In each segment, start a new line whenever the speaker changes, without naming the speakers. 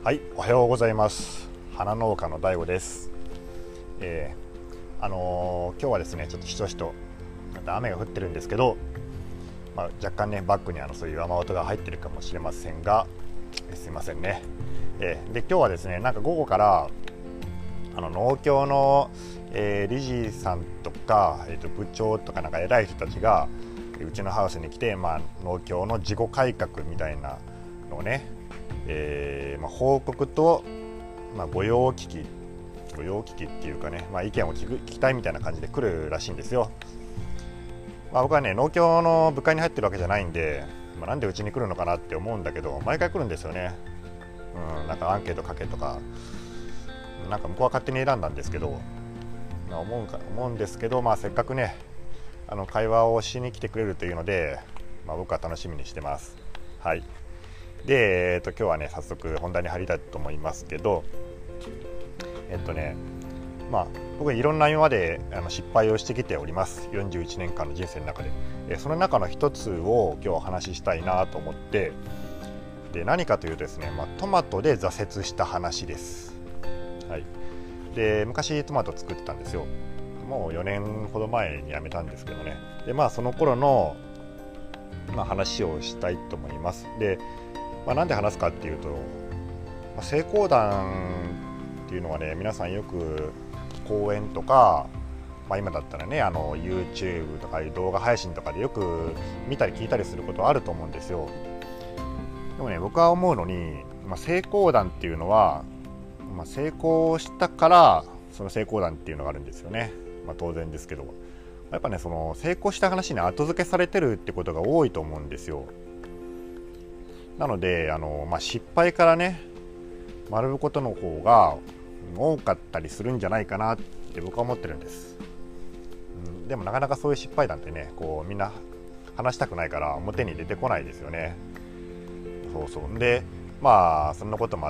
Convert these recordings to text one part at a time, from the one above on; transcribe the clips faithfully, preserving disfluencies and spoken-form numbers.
はい、おはようございます。花農家の大悟です。えー、あのー、今日はですね、ちょっとしとしと雨が降ってるんですけど、まあ、若干ねバックにあのそういう雨音が入ってるかもしれませんが、えすいませんね。えー、で今日はですね、なんか午後からあの農協の、えー、理事さんとか、えー、と部長とかなんか偉い人たちがうちのハウスに来て、まあ、農協の自己改革みたいなのをね、えーまあ、報告と、まあ、御用聞き御用聞きっていうかね、まあ、意見を聞く聞きたいみたいな感じで来るらしいんですよ。まあ、僕はね農協の部会に入ってるわけじゃないんで、まあ、なんでうちに来るのかなって思うんだけど、毎回来るんですよね。うん、なんかアンケートかけとか、なんか向こうは勝手に選んだんですけど、まあ、思うか思うんですけど、まあ、せっかくねあの会話をしに来てくれるというので、まあ、僕は楽しみにしてます。はい。で、えー、と今日はね早速本題に入りたいと思いますけど、えっとねまあ僕いろんな今まであの失敗をしてきております。よんじゅういちねんかんの人生の中で、えその中の一つを今日お話ししたいなと思って、で何かというとですね、まあ、トマトで挫折した話です。はい。で昔トマト作ってたんですよ。もうよねんほど前に辞めたんですけどね。でまあその頃の、まあ、話をしたいと思います。でまあ、なんで話すかっていうと、まあ、成功談っていうのはね、皆さんよく講演とか、まあ、今だったらねあの YouTube とかいう動画配信とかでよく見たり聞いたりすることあると思うんですよ。でもね僕は思うのに、まあ、成功談っていうのは、まあ、成功したからその成功談っていうのがあるんですよね。まあ、当然ですけど、やっぱねその成功した話に後付けされてるってことが多いと思うんですよ。なのであの、まあ、失敗からね学ぶことの方が多かったりするんじゃないかなって僕は思ってるんです。うん、でもなかなかそういう失敗談ってねこうみんな話したくないから表に出てこないですよね。そうそうでまあそんなこともあって、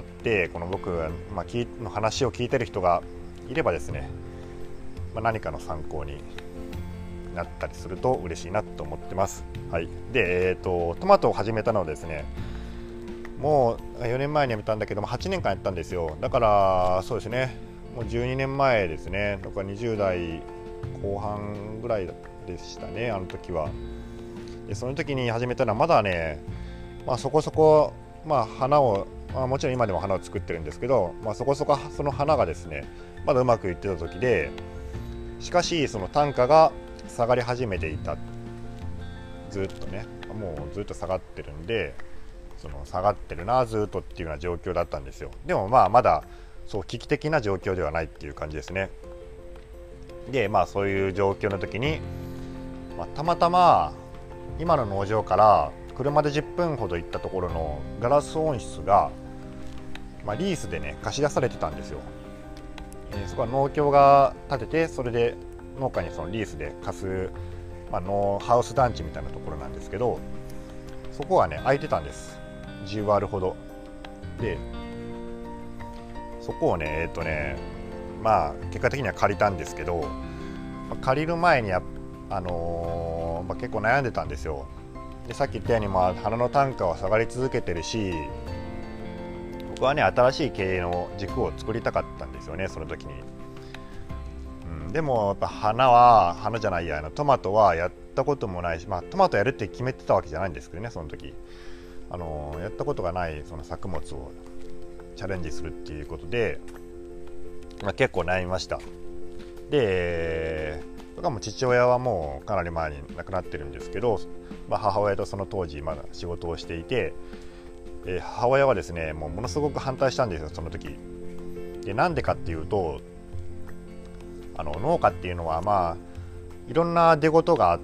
この僕、まあ、の話を聞いてる人がいればですね、まあ、何かの参考になったりすると嬉しいなと思ってます。はい。で、えーと、トマトを始めたのはですね、もうよねんまえに辞めたんだけどもはちねんかんやったんですよ。だからそうですね、もうじゅうにねんまえですね。だからにじゅう代後半ぐらいでしたね、あの時は。でその時に始めたのはまだね、まあ、そこそこ、まあ、花を、まあ、もちろん今でも花を作ってるんですけど、まあ、そこそこその花がですねまだうまくいってた時で、しかしその単価が下がり始めていた。ずっとねもうずっと下がってるんで、その下がってるなずっとっていうような状況だったんですよ。でもまあまだそう危機的な状況ではないっていう感じですね。でまあそういう状況の時に、まあ、たまたま今の農場から車でじゅっぷんほど行ったところのガラス温室が、まあ、リースでね貸し出されてたんですよ。えー、そこは農協が建てて、それで農家にそのリースで貸す、まあ、農ハウス団地みたいなところなんですけど、そこはね空いてたんです。じゅうアールほどで、そこをねえっとねまあ結果的には借りたんですけど、まあ、借りる前にあのーまあ、結構悩んでたんですよ。でさっき言ったように、まあ、花の単価は下がり続けてるし、僕はね新しい経営の軸を作りたかったんですよね、その時に。うん、でもやっぱ花は花じゃないやあのトマトはやったこともないし、まあ、トマトやるって決めてたわけじゃないんですけどね、その時あのやったことがないその作物をチャレンジするっていうことで、まあ、結構悩みました。で僕はもう父親はもうかなり前に亡くなってるんですけど、まあ、母親とその当時まだ仕事をしていて、えー、母親はですねもうものすごく反対したんですよ、その時で。なんでかっていうと、あの農家っていうのはまあいろんな出事があって、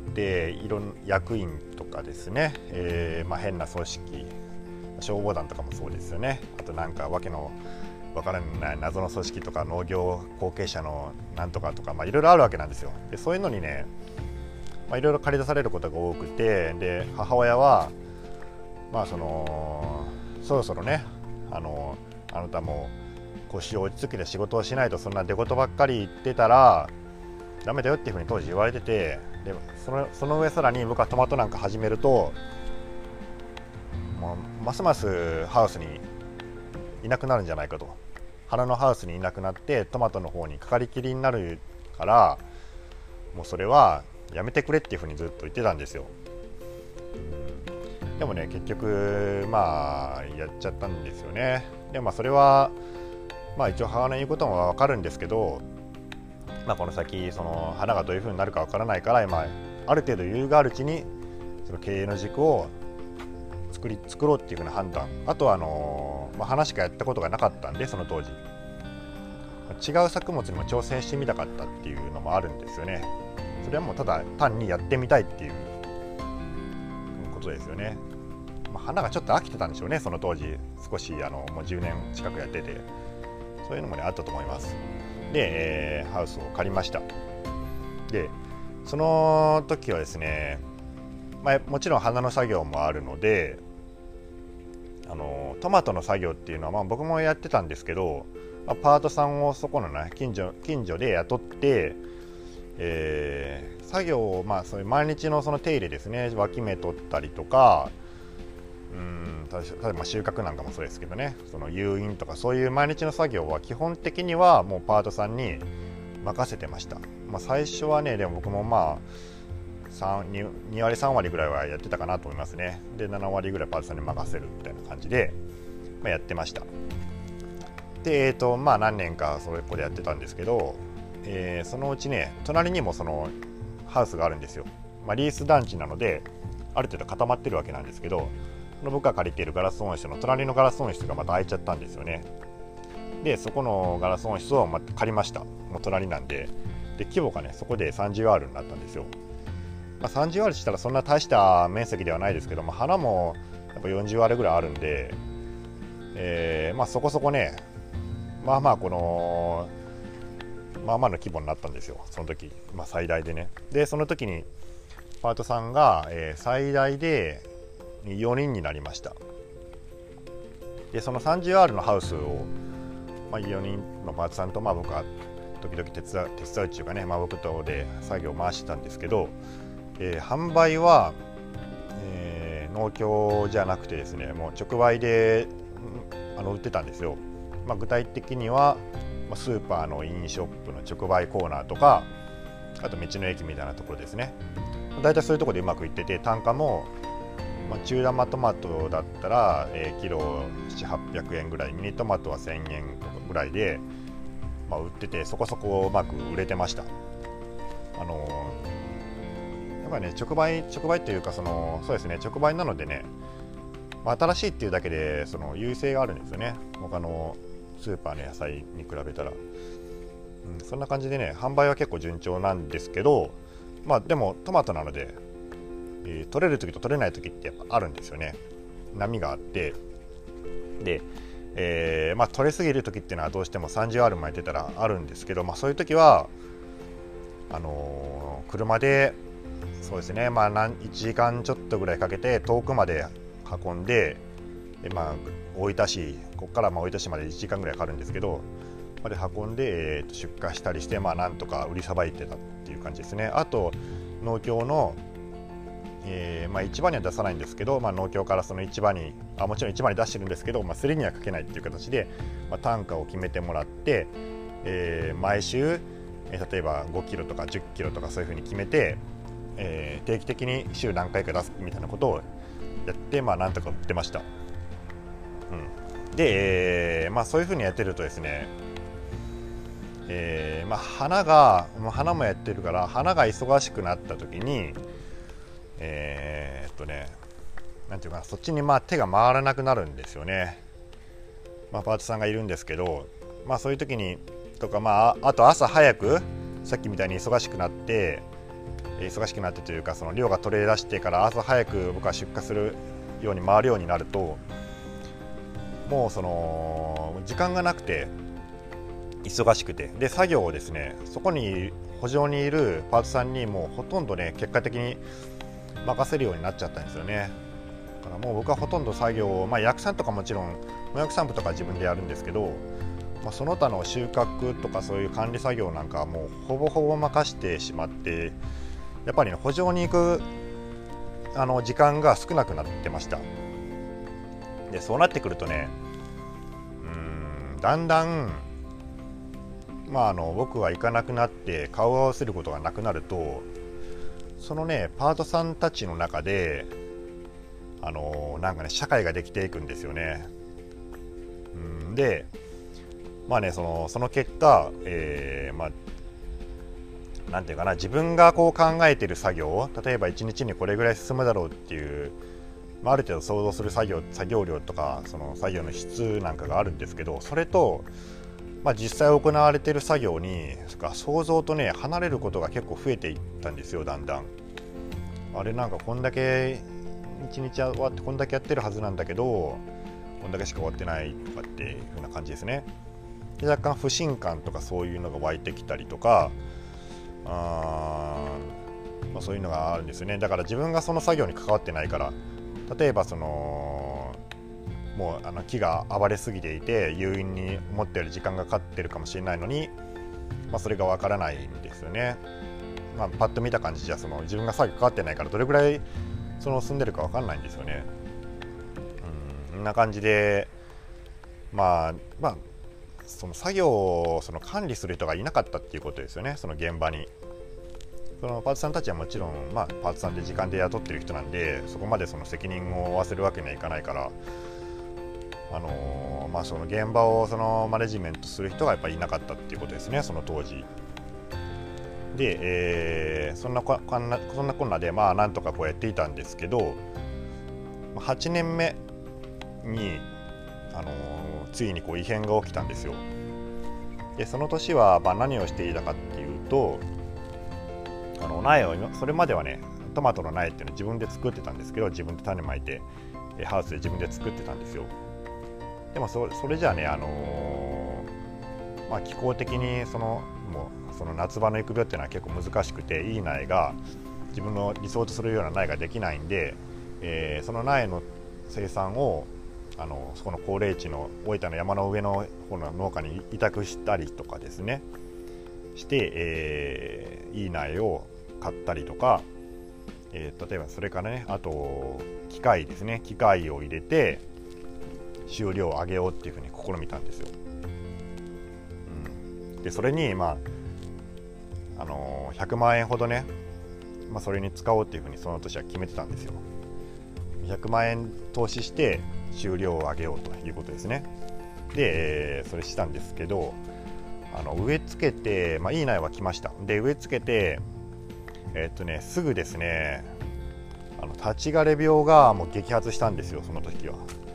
いろんな役員とかですね、えーまあ、変な組織、消防団とかもそうですよね。あとなんかわけのわからない謎の組織とか農業後継者のなんとかとか、まあ、いろいろあるわけなんですよ。でそういうのにね、まあ、いろいろ駆り出されることが多くて、で母親はまあそのそろそろねあのあなたも腰を落ち着けて仕事をしないと、そんな出事ばっかり言ってたらダメだよっていうふうに当時言われてて、でそのその上さらに僕はトマトなんか始めるともうますますハウスにいなくなるんじゃないかと、花のハウスにいなくなってトマトの方にかかりきりになるから、もうそれはやめてくれっていうふうにずっと言ってたんですよ。でもね結局まあやっちゃったんですよね。でもまあそれはまあ一応母の言うことも分かるんですけど、まあ、この先その花がどういうふうになるか分からないから、まあ、ある程度余裕があるうちにその経営の軸を作り作ろうっていうふうな判断、あとはあの、まあ、花しかやったことがなかったんで、その当時違う作物にも挑戦してみたかったっていうのもあるんですよね。それはもうただ単にやってみたいっていうことですよね。まあ、花がちょっと飽きてたんでしょうね、その当時。少しあのもうじゅうねん近くやってて、そういうのもねあったと思います。で、えー、ハウスを借りました。でその時はですね、まあ、もちろん花の作業もあるので、あのトマトの作業っていうのは、まあ、僕もやってたんですけど、まあ、パートさんをそこのね近所近所で雇って、えー、作業を、まあ、そういう毎日のその手入れですね、脇芽取ったりとか、うん例えば収穫なんかもそうですけどね、その誘引とかそういう毎日の作業は基本的にはもうパートさんに任せてました。まあ、最初はねでも僕もまあ 2, に割さん割ぐらいはやってたかなと思いますね。でなな割ぐらいパートさんに任せるみたいな感じで、まあ、やってました。で、えーとまあ、何年かそれこでやってたんですけど、えー、そのうちね隣にもそのハウスがあるんですよ。まあ、リース団地なのである程度固まってるわけなんですけど、僕が借りているガラス温室の隣のガラス温室がまた開いちゃったんですよね。でそこのガラス温室をまた借りました。もう隣なんで、で規模がねそこで さんじゅうアール になったんですよ。まあ、さんじゅうアール したらそんな大した面積ではないですけど、まあ、花もやっぱ よんじゅうアール ぐらいあるんで、えー、まあそこそこねまあまあこのまあまあの規模になったんですよ、その時、まあ、最大でね。でその時にパートさんが、えー、最大でよにんになりました。でその さんじゅうアール のハウスを、まあ、よにんのパートさんと、まあ、僕は時々手伝う手伝うっていうかね、まあ、僕とで作業を回してたんですけど、えー、販売は、えー、農協じゃなくてですね、もう直売であの売ってたんですよ。まあ、具体的には、まあ、スーパーのインショップの直売コーナーとか、あと道の駅みたいなところですね。だいたいそういうところでうまくいってて、単価もまあ、中玉トマトだったら、えー、キロななひゃくはっぴゃくえんぐらい、ミニトマトはせんえんぐらいで、まあ、売ってて、そこそこうまく売れてました。あのー、やっぱりね直売直売というか、そのそうですね直売なのでね、まあ、新しいっていうだけでその優位性があるんですよね、他のスーパーの野菜に比べたら。うん、そんな感じでね販売は結構順調なんですけど、まあでもトマトなのでえー、取れる時と取れない時ってやっぱあるんですよね。波があって、で、えーまあ、取れすぎる時っていうのはどうしても さんじゅうアール もやってたらあるんですけど、まあ、そういう時はあのー、車でそうですね、まあ、何いちじかんちょっとぐらいかけて遠くまで運んで、で、まあ、大分市ここからまあ大分市までいちじかんぐらいかかるんですけど、まで運んで、えー、と出荷したりして、まあ、なんとか売りさばいてたっていう感じですね。あと農協のえーまあ、市場には出さないんですけど、まあ、農協からその市場にあもちろん市場に出してるんですけど、まあ、競りにはかけないっていう形で、まあ、単価を決めてもらって、えー、毎週、えー、例えばごキロとかじゅっキロとかそういうふうに決めて、えー、定期的に週何回か出すみたいなことをやって、まあ、なんとか売ってました。うん、で、えーまあ、そういうふうにやってるとですね、えーまあ、花がもう花もやってるから花が忙しくなった時にえー、っとねなんていうかな、そっちにまあ手が回らなくなるんですよね。まあ、パートさんがいるんですけど、まあ、そういう時にとか、まあ、あと朝早くさっきみたいに忙しくなって忙しくなってというか、その量が取れ出してから朝早く僕は出荷するように回るようになると、もうその時間がなくて忙しくて、で作業をですねそこに補助にいるパートさんにもうほとんどね結果的に任せるようになっちゃったんですよね。だからもう僕はほとんど作業を、まあ、薬剤とかもちろん農薬散布とか自分でやるんですけど、まあ、その他の収穫とかそういう管理作業なんかはもうほぼほぼ任してしまって、やっぱり、ね、補助に行くあの時間が少なくなってました。でそうなってくるとね、うだんだん、まあ、あの僕は行かなくなって顔を合わせることがなくなると、そのねパートさんたちの中であのなんかね社会ができていくんですよね。うんでまあねそのその結果、えー、まあなんていうかな、自分がこう考えている作業、例えばいちにちにこれぐらい進むだろうっていう、まあ、ある程度想像する作業作業量とかその作業の質なんかがあるんですけど、それと、まあ、実際行われている作業に想像とね離れることが結構増えていったんですよ。だんだんあれなんかこんだけいちにち終わってこんだけやってるはずなんだけどこんだけしか終わってないとかっていう風な感じですね。で若干不信感とかそういうのが湧いてきたりとか、あ、まあ、そういうのがあるんですよね。だから自分がその作業に関わってないから、例えばそのもうあの木が暴れすぎていて誘引に思っている時間がかかってるかもしれないのに、まあ、それがわからないんですよね。まあ、パッと見た感じじゃその自分が作業関わってないからどれぐらいその進んでるかわかんないんですよね。うん、こんな感じでまあまあその作業をその管理する人がいなかったっていうことですよね。その現場にそのパートさんたちはもちろん、まあ、パートさんで時間で雇ってる人なんでそこまでその責任を負わせるわけにはいかないから、あのーまあ、その現場をそのマネジメントする人がやっぱりいなかったっていうことですね、その当時で、えー、そんなこんなそんなこんなでまあなんとかこうやっていたんですけど、はちねんめに、あのーついにこう異変が起きたんですよ。でその年はまあ何をしていたかっていうと、あの苗をそれまではねトマトの苗っていうのを自分で作ってたんですけど、自分で種まいてハウスで自分で作ってたんですよ。でも そ, それじゃあね、あのーまあ、気候的にそのもうその夏場の育苗っていうのは結構難しくて、いい苗が自分の理想とするような苗ができないんで、えー、その苗の生産をあのそこの高齢地の大分の山の上の方の農家に委託したりとかですねして、えー、いい苗を買ったりとか、えー、例えばそれからね、あと機械ですね、機械を入れて収量を上げようっていうふうに試みたんですよ。うん、でそれにまああのー、ひゃくまんえんほどね、まあ、それに使おうっていうふうにその年は決めてたんですよ。ひゃくまんえん投資して収量を上げようということですね。で、えー、それしたんですけど、あの植え付けて、まあ、いい苗は来ました。で植え付けて、えーっとね、すぐですね、あの立ち枯れ病がもう激発したんですよ、その時は。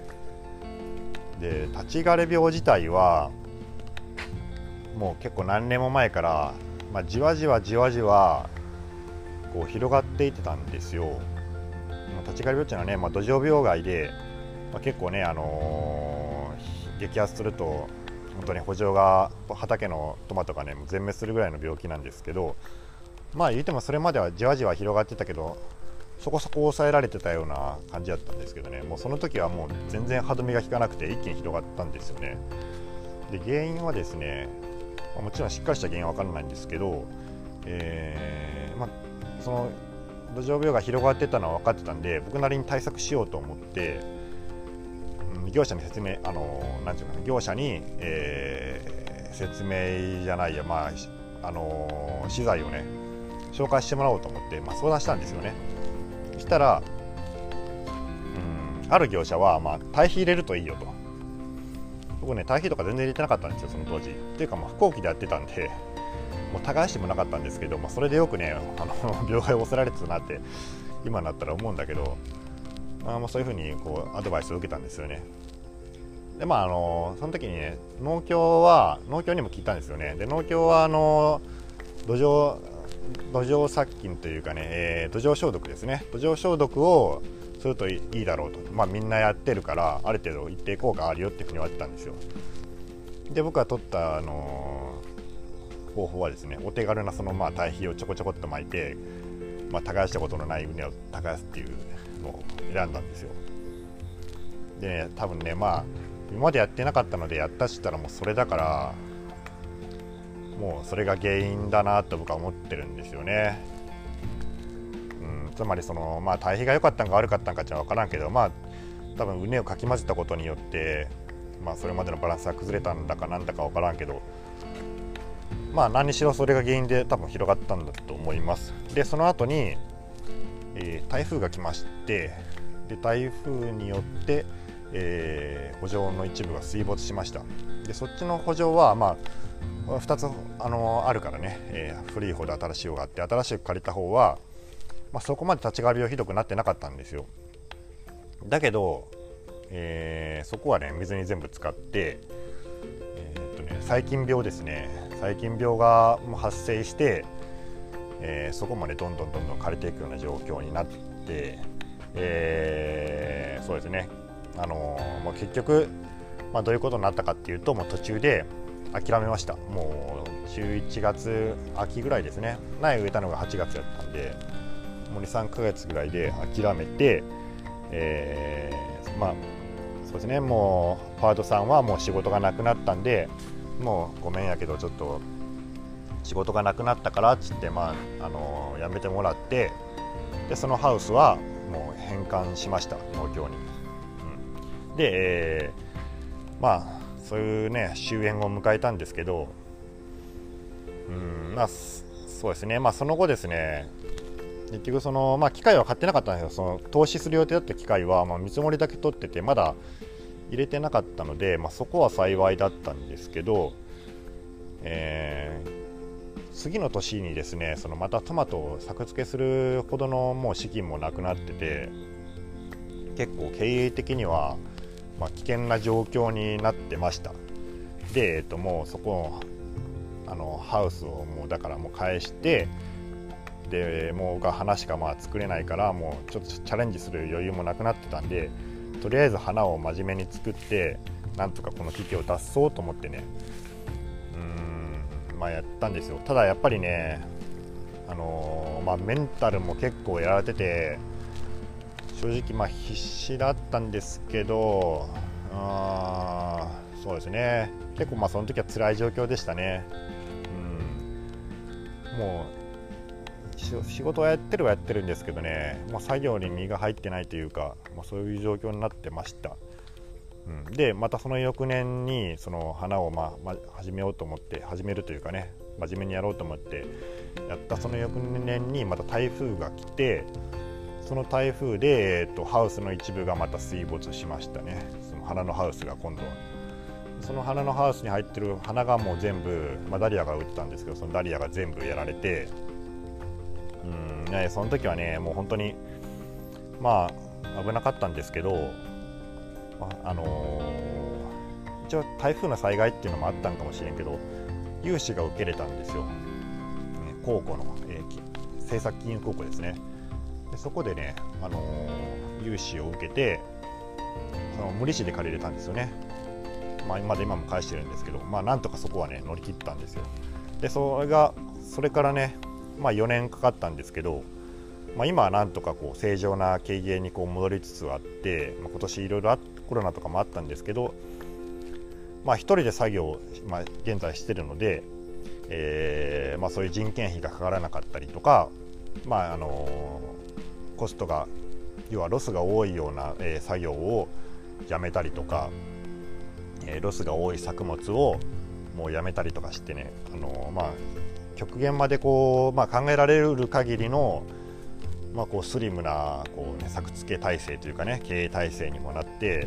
で立ち枯れ病自体はもう結構何年も前から、まあ、じわじわじわじわこう広がっていってたんですよ。立ち枯れ病っていうのはね、まあ、土壌病害で、まあ、結構ね、あのー、激発すると本当に圃場が畑のトマトがねもう全滅するぐらいの病気なんですけど、まあ言ってもそれまではじわじわ広がってたけどそこそこ抑えられてたような感じだったんですけどね、もうその時はもう全然歯止めが効かなくて一気に広がったんですよね。で原因はですね、まあ、もちろんしっかりした原因は分からないんですけど、えーまあ、その土壌病が広がってたのは分かってたんで、僕なりに対策しようと思って、うん、業者に説明、あのなんていうかな、業者に、えー、説明じゃないや、まああの資材をね紹介してもらおうと思って、まあ、相談したんですよね。そしたら、うん、ある業者は、まあ、堆肥入れるといいよと。僕ね堆肥とか全然入れてなかったんですよ、その当時。っていうか、まあ、飛行機でやってたんでもう耕してもなかったんですけど、まあ、それでよくねあの病害を抑えられてたなって今になったら思うんだけど、まあ、もうそういうふうにこうアドバイスを受けたんですよね。でまああのその時にね農協は農協にも聞いたんですよね。で農協はあの土壌土壌殺菌というかね、えー、土壌消毒ですね、土壌消毒をするといいだろうと、まあ、みんなやってるからある程度一定効果あるよっていうふうに言われてたんですよ。で僕が取ったあの方法はですね、お手軽なそのまあ堆肥をちょこちょこっと巻いて、まあ、耕したことのない畝を耕すっていうのを選んだんですよ。でね、多分ね、まあ今までやってなかったのでやったっしたらもうそれだから、もうそれが原因だなと僕は思ってるんですよね。うん、つまりそのまあ堆肥が良かったんか悪かったんかっていうのは分からんけど、まあ多分畝をかき混ぜたことによってまあ、それまでのバランスが崩れたんだかなんだか分からんけど、まあ何にしろそれが原因で多分広がったんだと思います。でその後に、えー、台風が来まして、で台風によって、えー、圃場の一部が水没しました。でそっちの圃場はまあふたつ、あのー、あるからね、えー、古い方で新しい方があって、新しく借りた方は、まあ、そこまで立ち替わりはひどくなってなかったんですよ。だけど、えー、そこはね水に全部使って、えーっとね、細菌病ですね、細菌病が発生して、えー、そこまでどんどんどんどん枯れていくような状況になって、えー、そうですね、あのー、もう結局、まあ、どういうことになったかっていうと、もう途中で諦めました。もうじゅういちがつ秋ぐらいですね、苗植えたのがはちがつだったんで、もうにさんかげつぐらいで諦めて、えー、まあそうですね、もうパートさんはもう仕事がなくなったんで、もうごめんやけどちょっと仕事がなくなったからっつって、まああのー、辞めてもらって、でそのハウスはもう返還しました、農協に、うん、で、えー、まあそういうね終焉を迎えたんですけど、うん、まあそうですね、まあその後ですね、結局その、まあ、機械は買ってなかったんですよ。その投資する予定だった機械は、まあ、見積もりだけ取っててまだ入れてなかったので、まあ、そこは幸いだったんですけど、えー、次の年にですね、そのまたトマトを作付けするほどのもう資金もなくなってて、結構経営的には、まあ、危険な状況になってました。で、えっと、もうそこあのハウスをもうだからもう返して、でもうが花しかまあ作れないから、もうちょっとチャレンジする余裕もなくなってたんで、とりあえず花を真面目に作ってなんとかこの危機を脱そうと思ってね、うーんまあやったんですよ。ただやっぱりね、あのー、まあメンタルも結構やられてて、正直まあ必死だったんですけど、あそうですね、結構まあその時は辛い状況でしたね。うんもう仕事はやってるはやってるんですけどね、もう作業に身が入ってないというか、まあ、そういう状況になってました。うん、でまたその翌年にその花をまあ、まあ、始めようと思って始めるというかね、真面目にやろうと思ってやったその翌年にまた台風が来て、その台風で、えー、とハウスの一部がまた水没しましたね。その花のハウスが今度はその花のハウスに入ってる花がもう全部、まあ、ダリアが売ってたんですけど、そのダリアが全部やられて、うんね、その時はねもう本当にまあ危なかったんですけど、あのー、一応台風の災害っていうのもあったんかもしれんけど、融資が受けれたんですよ、ね、公庫の、えー、政策金融公庫ですね。でそこでね、あのー、融資を受けて、その無利子で借りれたんですよね。まあ、まだ今も返してるんですけど、まあ、なんとかそこはね乗り切ったんですよ。でそれがそれからね、まあ、よねんかかったんですけど、まあ、今はなんとかこう正常な経営にこう戻りつつあって、まあ、今年いろいろコロナとかもあったんですけど、まあ、一人で作業を、まあ、現在してるので、えーまあ、そういう人件費がかからなかったりとか、まああのー、コストが要はロスが多いような、えー、作業をやめたりとか、えー、ロスが多い作物をもうやめたりとかしてね、あのー、まあ極限までこう、まあ、考えられる限りの、まあ、こうスリムなこう、ね、作付け体制というかね、経営体制にもなって、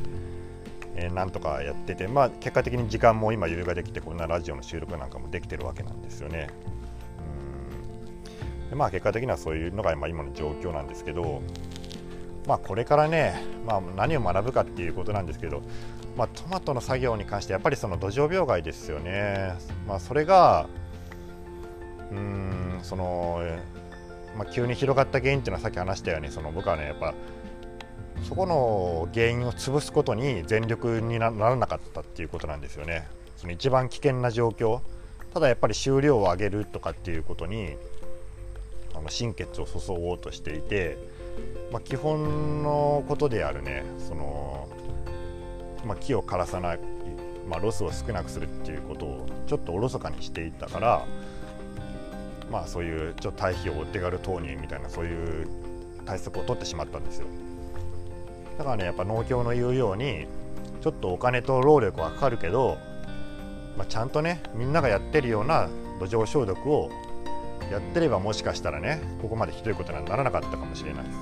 えー、なんとかやってて、まあ、結果的に時間も今余裕ができて、こんなラジオの収録なんかもできてるわけなんですよね。うんで、まあ、結果的にはそういうのが今の状況なんですけど、まあ、これからね、まあ、何を学ぶかっていうことなんですけど、まあ、トマトの作業に関してやっぱりその土壌病害ですよね。まあ、それがうーんその、まあ、急に広がった原因っていうのはさっき話したように、その僕はねやっぱそこの原因を潰すことに全力にならなかったっていうことなんですよね。その一番危険な状況、ただやっぱり収量を上げるとかっていうことにあの心血を注ごうとしていて、まあ、基本のことであるね、その、まあ、木を枯らさない、まあ、ロスを少なくするっていうことをちょっとおろそかにしていたから、まあ、そういうちょっと堆肥をお手軽投入みたいなそういう対策を取ってしまったんですよ。だからねやっぱ農協の言うようにちょっとお金と労力はかかるけど、まあ、ちゃんとねみんながやってるような土壌消毒をやってれば、もしかしたらねここまでひどいことにはならなかったかもしれないです。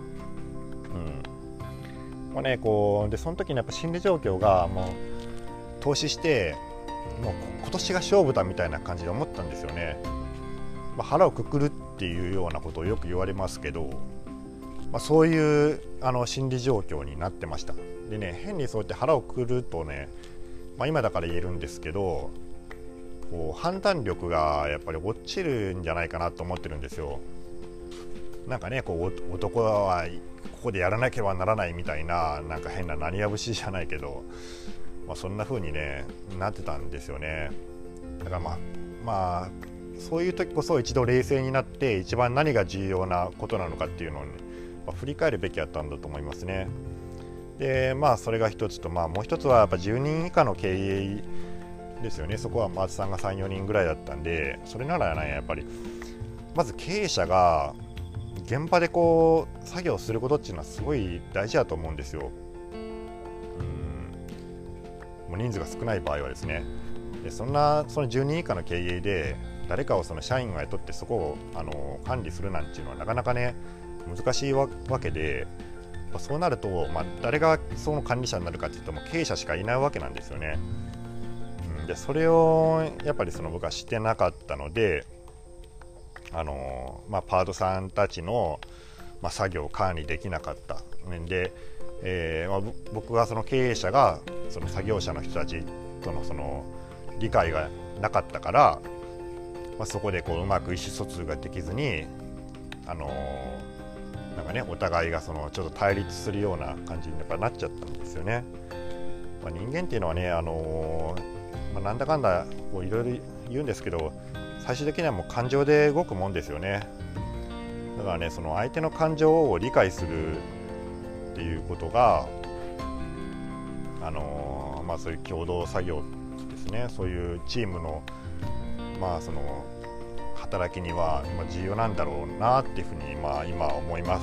うんもうね、こうでその時のやっぱ心理状況がもう投資してもう今年が勝負だみたいな感じで思ったんですよね。まあ、腹をくくるっていうようなことをよく言われますけど、まあ、そういうあの心理状況になってました。でね、変にそうやって腹をくくるとね、まあ、今だから言えるんですけど、こう判断力がやっぱり落ちるんじゃないかなと思ってるんですよ。なんかね、こう男はここでやらなければならないみたいな、なんか変な何や節じゃないけど、まあ、そんな風にねなってたんですよね。だからまあまあそういう時こそ一度冷静になって一番何が重要なことなのかっていうのを、ねまあ、振り返るべきだったんだと思いますね。でまあそれが一つと、まあ、もう一つはやっぱじゅうにん以下の経営ですよね。そこは松さんが さん,よ 人ぐらいだったんで、それならねやっぱりまず経営者が現場でこう作業することっていうのはすごい大事だと思うんですよ。うんもう人数が少ない場合はですね。でそんなそのじゅうにん以下の経営で誰かをその社員が雇ってそこをあの管理するなんていうのはなかなかね難しい わ, わけで、そうなると、まあ、誰がその管理者になるかっていうともう経営者しかいないわけなんですよね。うん、でそれをやっぱりその僕は知ってなかったので、あのまあ、パートさんたちの、まあ、作業を管理できなかったで、えーまあ、僕はその経営者がその作業者の人たちとのその理解がなかったから、まあ、そこでこううまく意思疎通ができずに、あのー、なんかねお互いがそのちょっと対立するような感じにやっぱなっちゃったんですよね。まあ、人間っていうのはね、あのーまあ、なんだかんだいろいろ言うんですけど、最終的にはもう感情で動くもんですよね。だからねその相手の感情を理解するっていうことが、あのーまあ、そういう共同作業ですね、そういうチームのまあその働きには重要なんだろうなっていうふうにまあ今思います。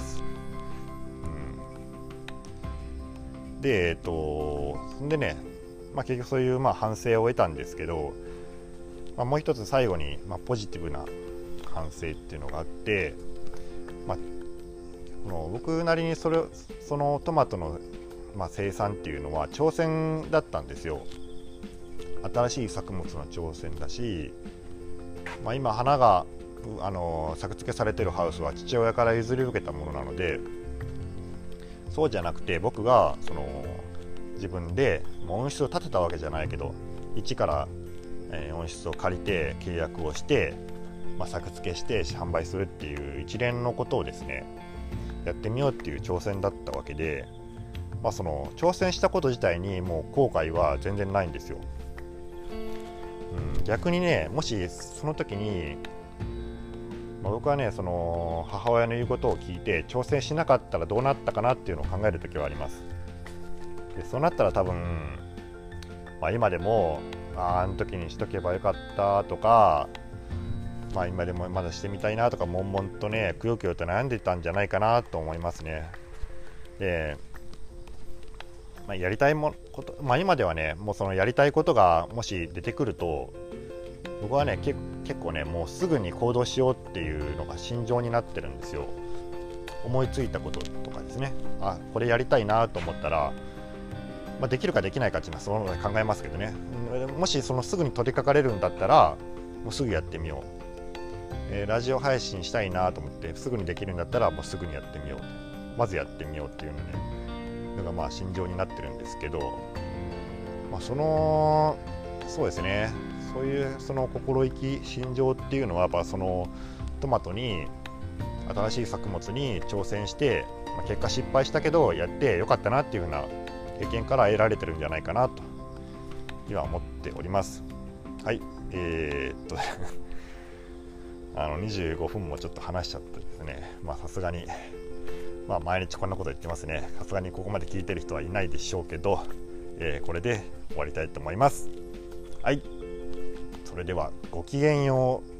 うん、でえっとでね、まあ、結局そういうまあ反省を得たんですけど、まあ、もう一つ最後にまあポジティブな反省っていうのがあって、まあ、この僕なりにそれそのトマトのまあ生産っていうのは挑戦だったんですよ。新しい作物の挑戦だし、まあ、今花があの作付けされているハウスは父親から譲り受けたものなので、そうじゃなくて僕がその自分で温室を建てたわけじゃないけど一から、えー、温室を借りて契約をして、まあ、作付けして販売するっていう一連のことをですねやってみようっていう挑戦だったわけで、まあ、その挑戦したこと自体にもう後悔は全然ないんですよ。うん、逆にね、もしその時に、まあ、僕はねその母親の言うことを聞いて挑戦しなかったらどうなったかなっていうのを考える時はあります。でそうなったら多分、まあ、今でも あ, あの時にしとけばよかったとか、まあ、今でもまだしてみたいなとか悶々とねくよくよと悩んでたんじゃないかなと思いますね。でまあ、やりたいもこと、まあ、今ではねもうそのやりたいことがもし出てくると僕はねけ結構ねもうすぐに行動しようっていうのが心情になってるんですよ。思いついたこととかですね、あこれやりたいなと思ったら、まあ、できるかできないかっていうのはそのまま考えますけどね、もしそのすぐに取り掛かれるんだったらもうすぐやってみよう、えー、ラジオ配信したいなと思ってすぐにできるんだったらもうすぐにやってみよう、まずやってみようっていうのねのがまあ心情になってるんですけど、まあ、そのそうですねそういうその心意気心情っていうのはやっぱそのトマトに新しい作物に挑戦して、まあ、結果失敗したけどやってよかったなっていうふうな経験から得られてるんじゃないかなと今思っております。はい、えー、っとあのにじゅうごふんもちょっと話しちゃってですね、まあさすがにまあ、毎日こんなこと言ってますね。さすがにここまで聞いてる人はいないでしょうけど、えー、これで終わりたいと思います。はい、それではごきげんよう。